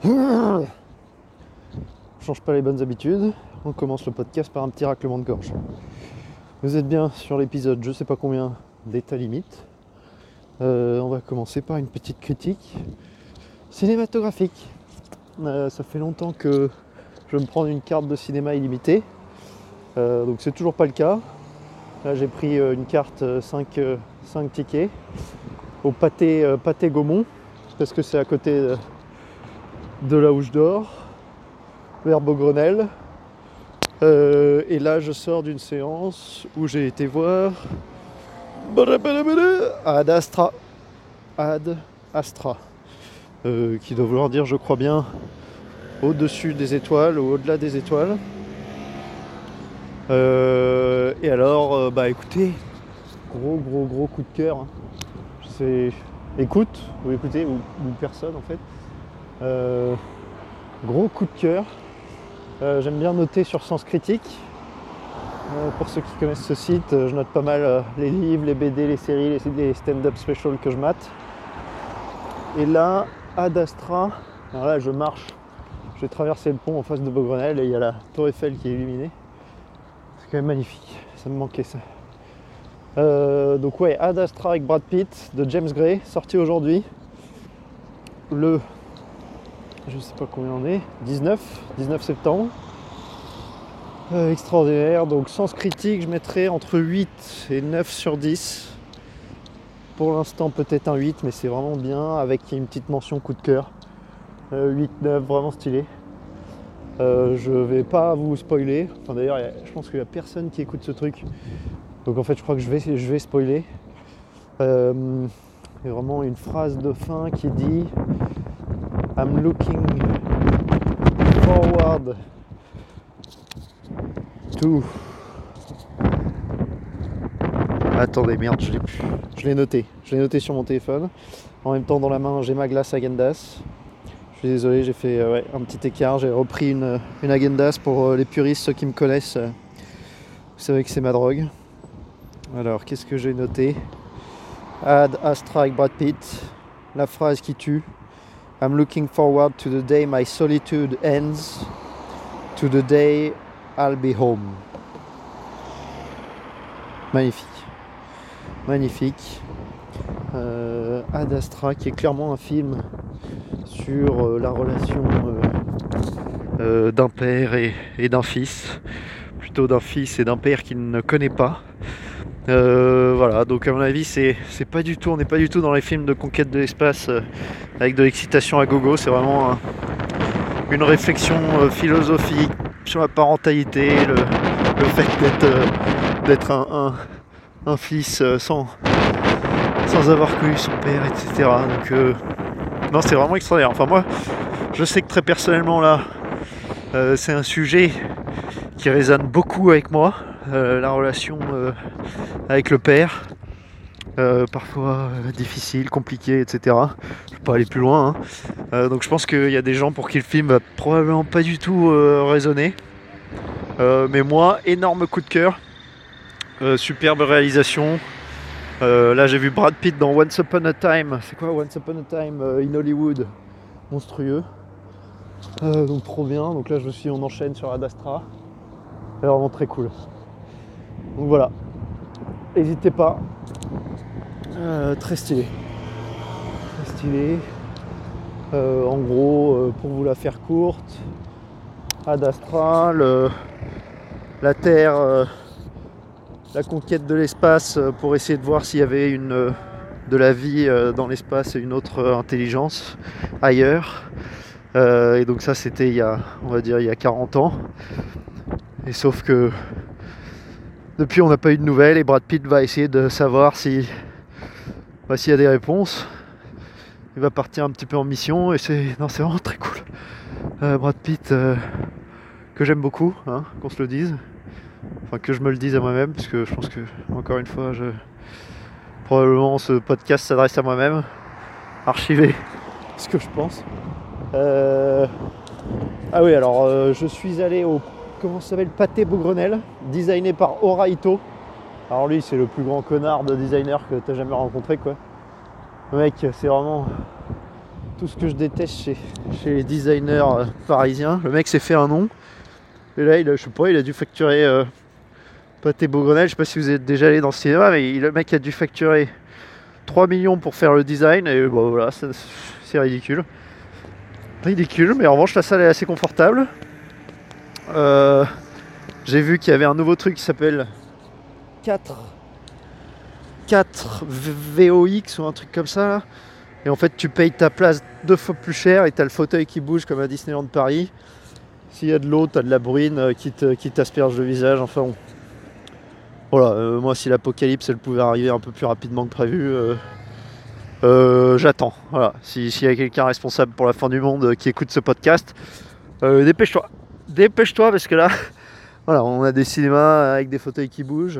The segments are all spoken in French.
On change pas les bonnes habitudes. On commence le podcast par un petit raclement de gorge. Vous êtes bien sur l'épisode je sais pas combien d'État limite. On va commencer par une petite critique cinématographique. Ça fait longtemps que je veux me prendre une carte de cinéma illimitée. Donc c'est toujours pas le cas. Là j'ai pris une carte 5 tickets au Pâté Gaumont parce que c'est à côté de là où je dors, vers Beaugrenelle. Et là je sors d'une séance où j'ai été voir Ad Astra, qui doit vouloir dire je crois bien au-dessus des étoiles ou au-delà des étoiles. Et alors écoutez, gros coup de cœur, hein. Écoute ou écoutez ou personne en fait. Gros coup de cœur. J'aime bien noter sur Sens Critique. Pour ceux qui connaissent ce site, je note pas mal les livres, les BD, les séries, les stand-up specials que je mate. Et là, Ad Astra, alors là je marche, je vais traverser le pont en face de Beaugrenelle et il y a la tour Eiffel qui est illuminée. C'est quand même magnifique, ça me manquait ça. Donc ouais, Ad Astra avec Brad Pitt de James Gray, sorti aujourd'hui. Je sais pas combien on est, 19 septembre. Extraordinaire, donc Sens Critique, je mettrais entre 8 et 9 sur 10. Pour l'instant peut-être un 8, mais c'est vraiment bien, avec une petite mention coup de cœur. 8, 9, vraiment stylé. Je vais pas vous spoiler, enfin d'ailleurs je pense qu'il y a personne qui écoute ce truc. Donc en fait je crois que je vais spoiler. Il y a vraiment une phrase de fin qui dit I'm looking forward to... Attendez, merde, je l'ai plus. Je l'ai noté sur mon téléphone. En même temps dans la main j'ai ma glace Häagen-Dazs. Je suis désolé, j'ai fait un petit écart. J'ai repris une Häagen-Dazs pour les puristes, ceux qui me connaissent. Vous savez que c'est ma drogue. Alors, qu'est-ce que j'ai noté? Ad Astra avec Brad Pitt. La phrase qui tue. I'm looking forward to the day my solitude ends. To the day I'll be home. Magnifique. Ad Astra qui est clairement un film sur la relation d'un père et d'un fils, plutôt d'un fils et d'un père qu'il ne connaît pas. Voilà, donc à mon avis c'est pas du tout, on n'est pas du tout dans les films de conquête de l'espace avec de l'excitation à gogo, c'est vraiment une réflexion philosophique sur la parentalité, le fait d'être un fils sans avoir connu son père, etc. Donc non, c'est vraiment extraordinaire. Enfin moi, je sais que très personnellement là, c'est un sujet qui résonne beaucoup avec moi, la relation avec le père, parfois difficile, compliqué, etc. Je ne vais pas aller plus loin, hein. Donc je pense qu'il y a des gens pour qui le film va probablement pas du tout résonner. Mais moi, énorme coup de cœur, superbe réalisation. Là j'ai vu Brad Pitt dans Once Upon a Time. C'est quoi Once Upon a Time in Hollywood? Monstrueux. Donc trop bien. Donc là on enchaîne sur Ad Astra. C'est vraiment très cool. Donc voilà. N'hésitez pas. Très stylé. En gros, pour vous la faire courte, Ad Astra, la Terre, la conquête de l'espace pour essayer de voir s'il y avait de la vie dans l'espace et une autre intelligence ailleurs. Et donc ça c'était il y a 40 ans. Et sauf que depuis on n'a pas eu de nouvelles et Brad Pitt va essayer de savoir s'il y a des réponses. Il va partir un petit peu en mission et c'est vraiment très cool. Brad Pitt que j'aime beaucoup, hein, qu'on se le dise. Enfin que je me le dise à moi-même, parce que je pense que encore une fois probablement ce podcast s'adresse à moi-même. Archiver ce que je pense. Ah oui, alors je suis allé au comment ça s'appelle, Pâté Beaugrenelle, designé par Ora Ito. Alors lui c'est le plus grand connard de designer que t'as jamais rencontré quoi. Le mec c'est vraiment tout ce que je déteste chez les designers parisiens. Le mec s'est fait un nom. Et là, je sais pas, il a dû facturer Pathé Beaugrenelle. Je sais pas si vous êtes déjà allé dans le cinéma, mais le mec a dû facturer 3 millions pour faire le design. Et bon, voilà, c'est ridicule. Ridicule, mais en revanche, la salle est assez confortable. J'ai vu qu'il y avait un nouveau truc qui s'appelle 4 VOX ou un truc comme ça là. Et en fait tu payes ta place 2 fois plus cher et t'as le fauteuil qui bouge comme à Disneyland Paris. S'il y a de l'eau, t'as de la bruine qui t'asperge le visage. Enfin bon. Voilà, moi si l'apocalypse elle pouvait arriver un peu plus rapidement que prévu, j'attends. Voilà. S'il y a quelqu'un responsable pour la fin du monde qui écoute ce podcast, dépêche-toi. Dépêche-toi parce que là, voilà, on a des cinémas avec des fauteuils qui bougent.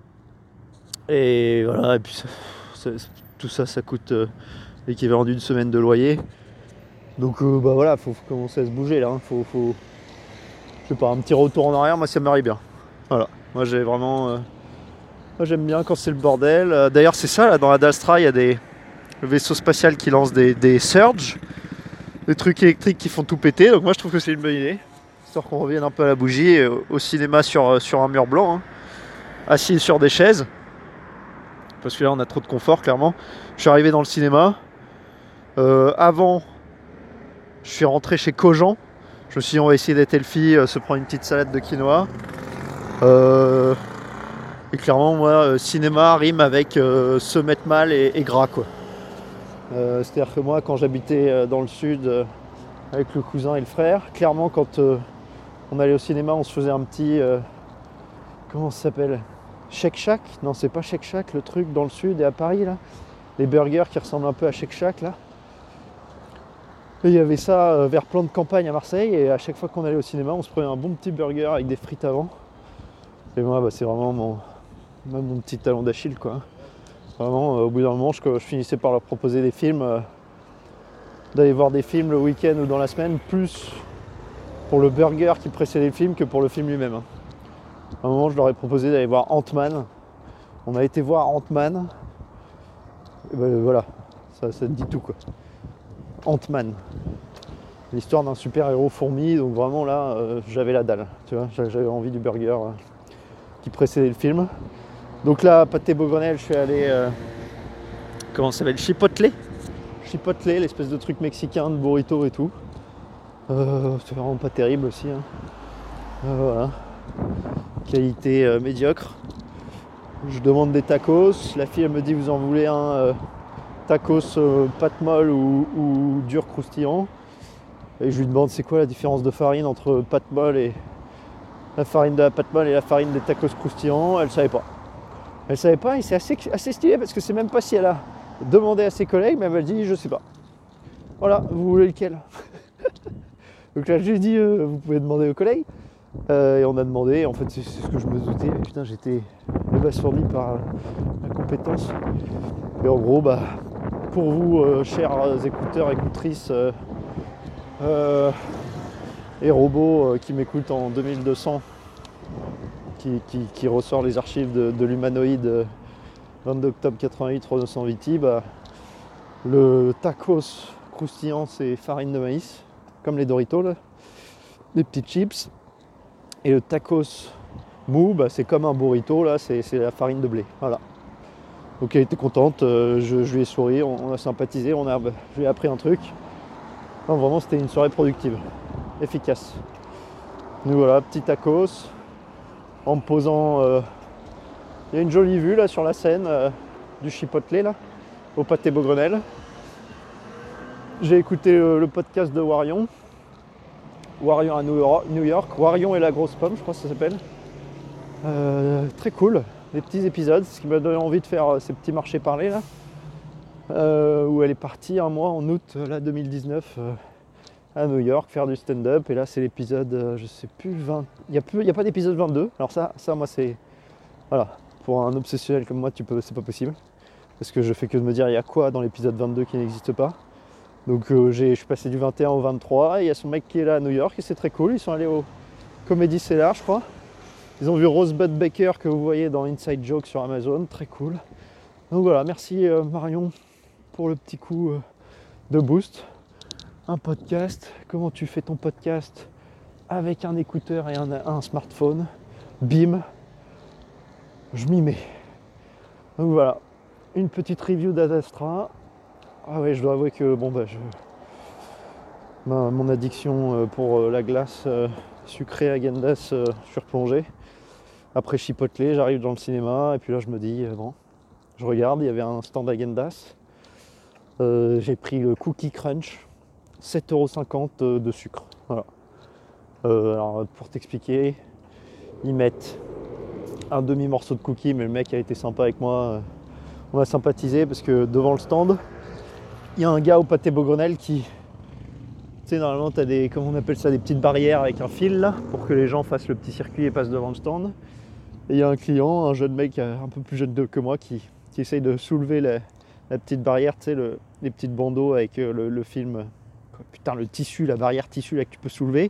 Et voilà, et puis tout ça, ça coûte l'équivalent d'une semaine de loyer. Donc bah voilà, faut commencer à se bouger là. Faut je sais pas, un petit retour en arrière, moi ça m'arrive bien. Voilà, moi j'ai vraiment, moi j'aime bien quand c'est le bordel. D'ailleurs c'est ça là, dans la Dalstra, il y a le vaisseau spatial qui lance des surges, des trucs électriques qui font tout péter. Donc moi je trouve que c'est une bonne idée, histoire qu'on revienne un peu à la bougie, au cinéma sur un mur blanc, hein, assis sur des chaises. Parce que là on a trop de confort clairement. Je suis arrivé dans le cinéma. Avant, je suis rentré chez Cogent. Je me suis dit on va essayer d'être healthy, se prendre une petite salade de quinoa. Et clairement moi cinéma rime avec se mettre mal et gras quoi. C'est-à-dire que moi quand j'habitais dans le sud avec le cousin et le frère, clairement quand on allait au cinéma on se faisait un petit comment ça s'appelle, Shake Shack? Non, c'est pas Shake Shack, le truc dans le sud et à Paris là. Les burgers qui ressemblent un peu à Shake Shack là. Et il y avait ça vers Plan de Campagne à Marseille. Et à chaque fois qu'on allait au cinéma, on se prenait un bon petit burger avec des frites avant. Et moi, bah, c'est vraiment mon petit talon d'Achille quoi. Vraiment, au bout d'un moment, je finissais par leur proposer des films, d'aller voir des films le week-end ou dans la semaine, plus pour le burger qui précédait le film que pour le film lui-même. Hein. À un moment, je leur ai proposé d'aller voir Ant-Man. On a été voir Ant-Man. Et ben voilà, ça te dit tout quoi. Ant-Man. L'histoire d'un super-héros fourmi, donc vraiment là, j'avais la dalle. Tu vois, j'avais envie du burger qui précédait le film. Donc là, à Pathé Beaugrenelle, je suis allé. Comment ça s'appelle? Chipotle, l'espèce de truc mexicain de burrito et tout. C'est vraiment pas terrible aussi. Hein. Voilà. Qualité médiocre. Je demande des tacos. La fille elle me dit vous en voulez un tacos pâte molle ou dur croustillant. Et je lui demande c'est quoi la différence de farine entre pâte molle et la farine de la pâte molle et la farine des tacos croustillants. Elle savait pas. Elle savait pas et c'est assez stylé parce que c'est même pas si elle a demandé à ses collègues, mais elle m'a dit je sais pas. Voilà, vous voulez lequel? Donc là je lui ai dit vous pouvez demander aux collègues. Et on a demandé, en fait c'est ce que je me doutais, putain j'étais abasourdi par la compétence. Et en gros bah pour vous chers écouteurs, écoutrices et robots qui m'écoutent en 2200, qui ressort les archives de l'humanoïde 22 octobre 88 300 Viti, bah, le tacos croustillant c'est farine de maïs, comme les Doritos là, des petites chips. Et le tacos mou, bah, c'est comme un burrito, là, c'est la farine de blé. Voilà. Donc elle était contente, je lui ai souri, on a sympathisé, je lui ai appris un truc. Non, vraiment, c'était une soirée productive, efficace. Donc voilà, petit tacos, en me posant... Il y a une jolie vue là sur la Seine du Chipotle, là, au Pathé Beaugrenelle. J'ai écouté le podcast de Warion. Warion à New York, Warion et la grosse pomme, je crois que ça s'appelle. Très cool, des petits épisodes, ce qui m'a donné envie de faire ces petits marchés parlés là. Où elle est partie un mois en août là, 2019 à New York faire du stand-up. Et là c'est l'épisode, je sais plus, 20. Il n'y a pas d'épisode 22. Alors ça moi c'est... Voilà, pour un obsessionnel comme moi c'est pas possible. Parce que je fais que de me dire il y a quoi dans l'épisode 22 qui n'existe pas. Donc je suis passé du 21 au 23 et il y a son mec qui est là à New York et c'est très cool. Ils sont allés au Comedy Cellar je crois. Ils ont vu Rosebud Baker que vous voyez dans Inside Joke sur Amazon, très cool. Donc voilà, merci Marion pour le petit coup de boost. un podcast, comment tu fais ton podcast avec un écouteur et un smartphone. Bim, je m'y mets. Donc voilà, une petite review d'Ad Astra. Ah ouais, je dois avouer que mon addiction pour la glace sucrée Häagen-Dazs, je suis replongé. Après Chipotle, j'arrive dans le cinéma et puis là je me dis bon, je regarde, il y avait un stand Häagen-Dazs. J'ai pris le Cookie Crunch, 7,50 € de sucre. Voilà. Alors pour t'expliquer, ils mettent un demi-morceau de cookie, mais le mec a été sympa avec moi. On a sympathisé parce que devant le stand, il y a un gars au pâté Beaugrenelle qui... Tu sais, normalement, tu as des, comment on appelle ça, des petites barrières avec un fil là, pour que les gens fassent le petit circuit et passent devant le stand. Et il y a un client, un jeune mec un peu plus jeune que moi, qui essaye de soulever la petite barrière, tu sais, les petites bandeaux avec le film. Putain, le tissu, la barrière tissu là que tu peux soulever.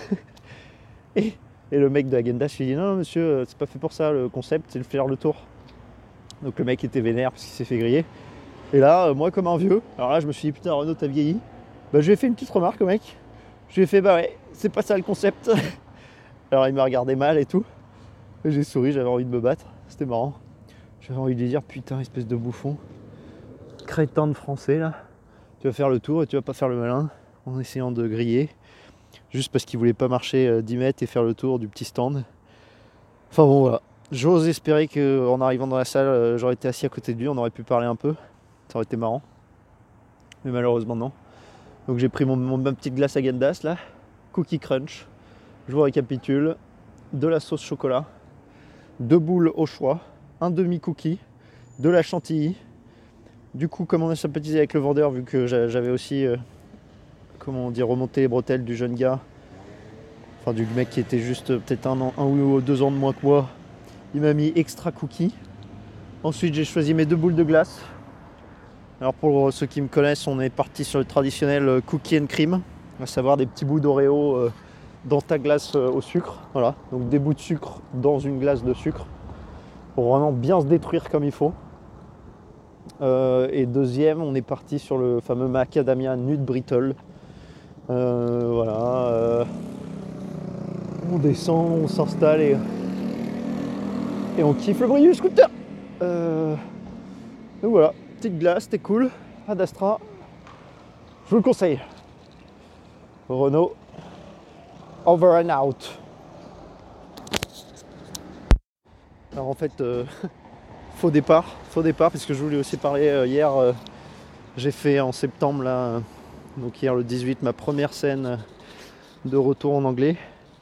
et le mec de Häagen-Dazs lui dit non monsieur, c'est pas fait pour ça, le concept c'est de faire le tour. Donc le mec était vénère parce qu'il s'est fait griller. Et là, moi comme un vieux, alors là je me suis dit putain Renaud t'as vieilli. Bah je lui ai fait une petite remarque au mec. Je lui ai fait bah ouais, c'est pas ça le concept. Alors il m'a regardé mal et tout. Et j'ai souri, j'avais envie de me battre, c'était marrant. J'avais envie de lui dire putain espèce de bouffon, crétin de français là. Tu vas faire le tour et tu vas pas faire le malin en essayant de griller. Juste parce qu'il voulait pas marcher 10 mètres et faire le tour du petit stand. Enfin bon voilà. J'ose espérer qu'en arrivant dans la salle, j'aurais été assis à côté de lui, on aurait pu parler un peu. Ça aurait été marrant. Mais malheureusement non. Donc j'ai pris ma petite glace Häagen-Dazs là. Cookie Crunch. Je vous récapitule. De la sauce chocolat. 2 boules au choix. Un demi-cookie. De la chantilly. Du coup, comme on a sympathisé avec le vendeur, vu que j'avais aussi... comment on dit, remonter les bretelles du jeune gars, enfin du mec qui était juste peut-être un ou 2 ans de moins que moi, il m'a mis extra cookie. Ensuite j'ai choisi mes 2 boules de glace. Alors pour ceux qui me connaissent, on est parti sur le traditionnel cookie and cream, à savoir des petits bouts d'Oreo dans ta glace au sucre. Voilà, donc des bouts de sucre dans une glace de sucre pour vraiment bien se détruire comme il faut. Et deuxième, on est parti sur le fameux macadamia nut brittle. Voilà, on descend, on s'installe et on kiffe le bruit du scooter. Donc voilà, petite glace, c'était cool. Ad Astra, je vous le conseille. Renault, over and out. Alors en fait, faux départ, parce que je voulais aussi parler hier. J'ai fait en septembre là. Donc hier le 18, ma première scène de retour en anglais.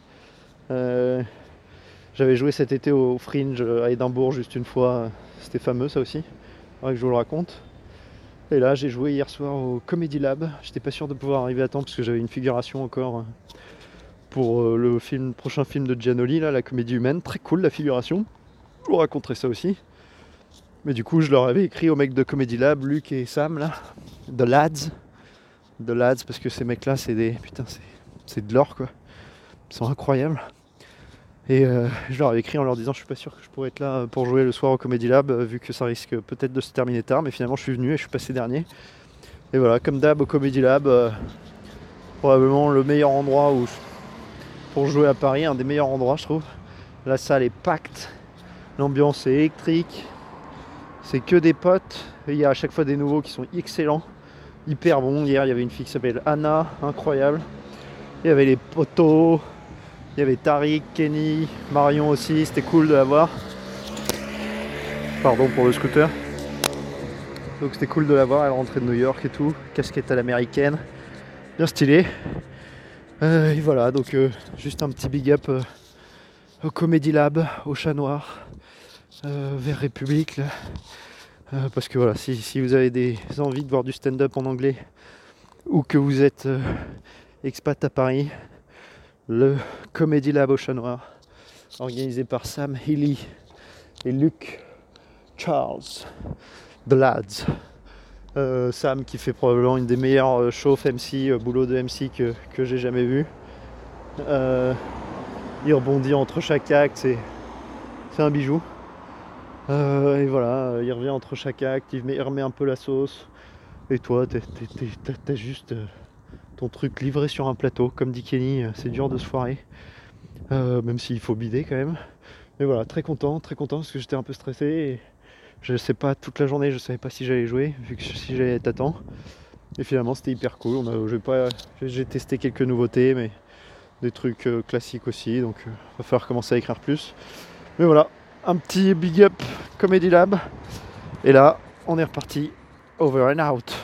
J'avais joué cet été au Fringe à Édimbourg juste une fois. C'était fameux ça aussi. Faudrait que je vous le raconte. Et là j'ai joué hier soir au Comedy Lab. J'étais pas sûr de pouvoir arriver à temps parce que j'avais une figuration encore pour le prochain film de Giannoli, là, La Comédie Humaine. Très cool la figuration. Je vous raconterai ça aussi. Mais du coup je leur avais écrit aux mecs de Comedy Lab, Luc et Sam là, The Lads, parce que ces mecs là c'est des... Putain c'est de l'or quoi. Ils sont incroyables. Et je leur avais écrit en leur disant je suis pas sûr que je pourrais être là pour jouer le soir au Comedy Lab vu que ça risque peut-être de se terminer tard, mais finalement je suis venu et je suis passé dernier. Et voilà, comme d'hab au Comedy Lab, probablement le meilleur endroit pour jouer à Paris, un des meilleurs endroits je trouve. La salle est pacte, l'ambiance est électrique, c'est que des potes, et il y a à chaque fois des nouveaux qui sont excellents. Hyper bon. Hier il y avait une fille qui s'appelle Anna, incroyable. Il y avait les potos, il y avait Tariq, Kenny, Marion aussi, c'était cool de la voir. Pardon pour le scooter. Donc c'était cool de la voir, elle rentrait de New York et tout, casquette à l'américaine, bien stylé. Et voilà, donc juste un petit big up au Comedy Lab, au Chat Noir, vers République là. Parce que voilà, si vous avez des envies de voir du stand-up en anglais ou que vous êtes expat à Paris, le Comedy Lab au Chat Noir, organisé par Sam Healy et Luke Charles, The Lads. Sam qui fait probablement une des meilleures chauffes MC, boulot de MC que j'ai jamais vu. Il rebondit entre chaque acte, c'est un bijou. Et voilà, il revient entre chaque acte, il remet un peu la sauce. Et toi, t'as juste ton truc livré sur un plateau. Comme dit Kenny, c'est dur de se foirer. Même s'il faut bider quand même. Mais voilà, très content parce que j'étais un peu stressé. Et je sais pas, toute la journée, je savais pas si j'allais jouer, vu que si j'allais être à temps. Et finalement, c'était hyper cool. J'ai testé quelques nouveautés, mais des trucs classiques aussi. Donc, va falloir commencer à écrire plus. Mais voilà, un petit big up Comedy Lab. Et là, on est reparti. Over and out.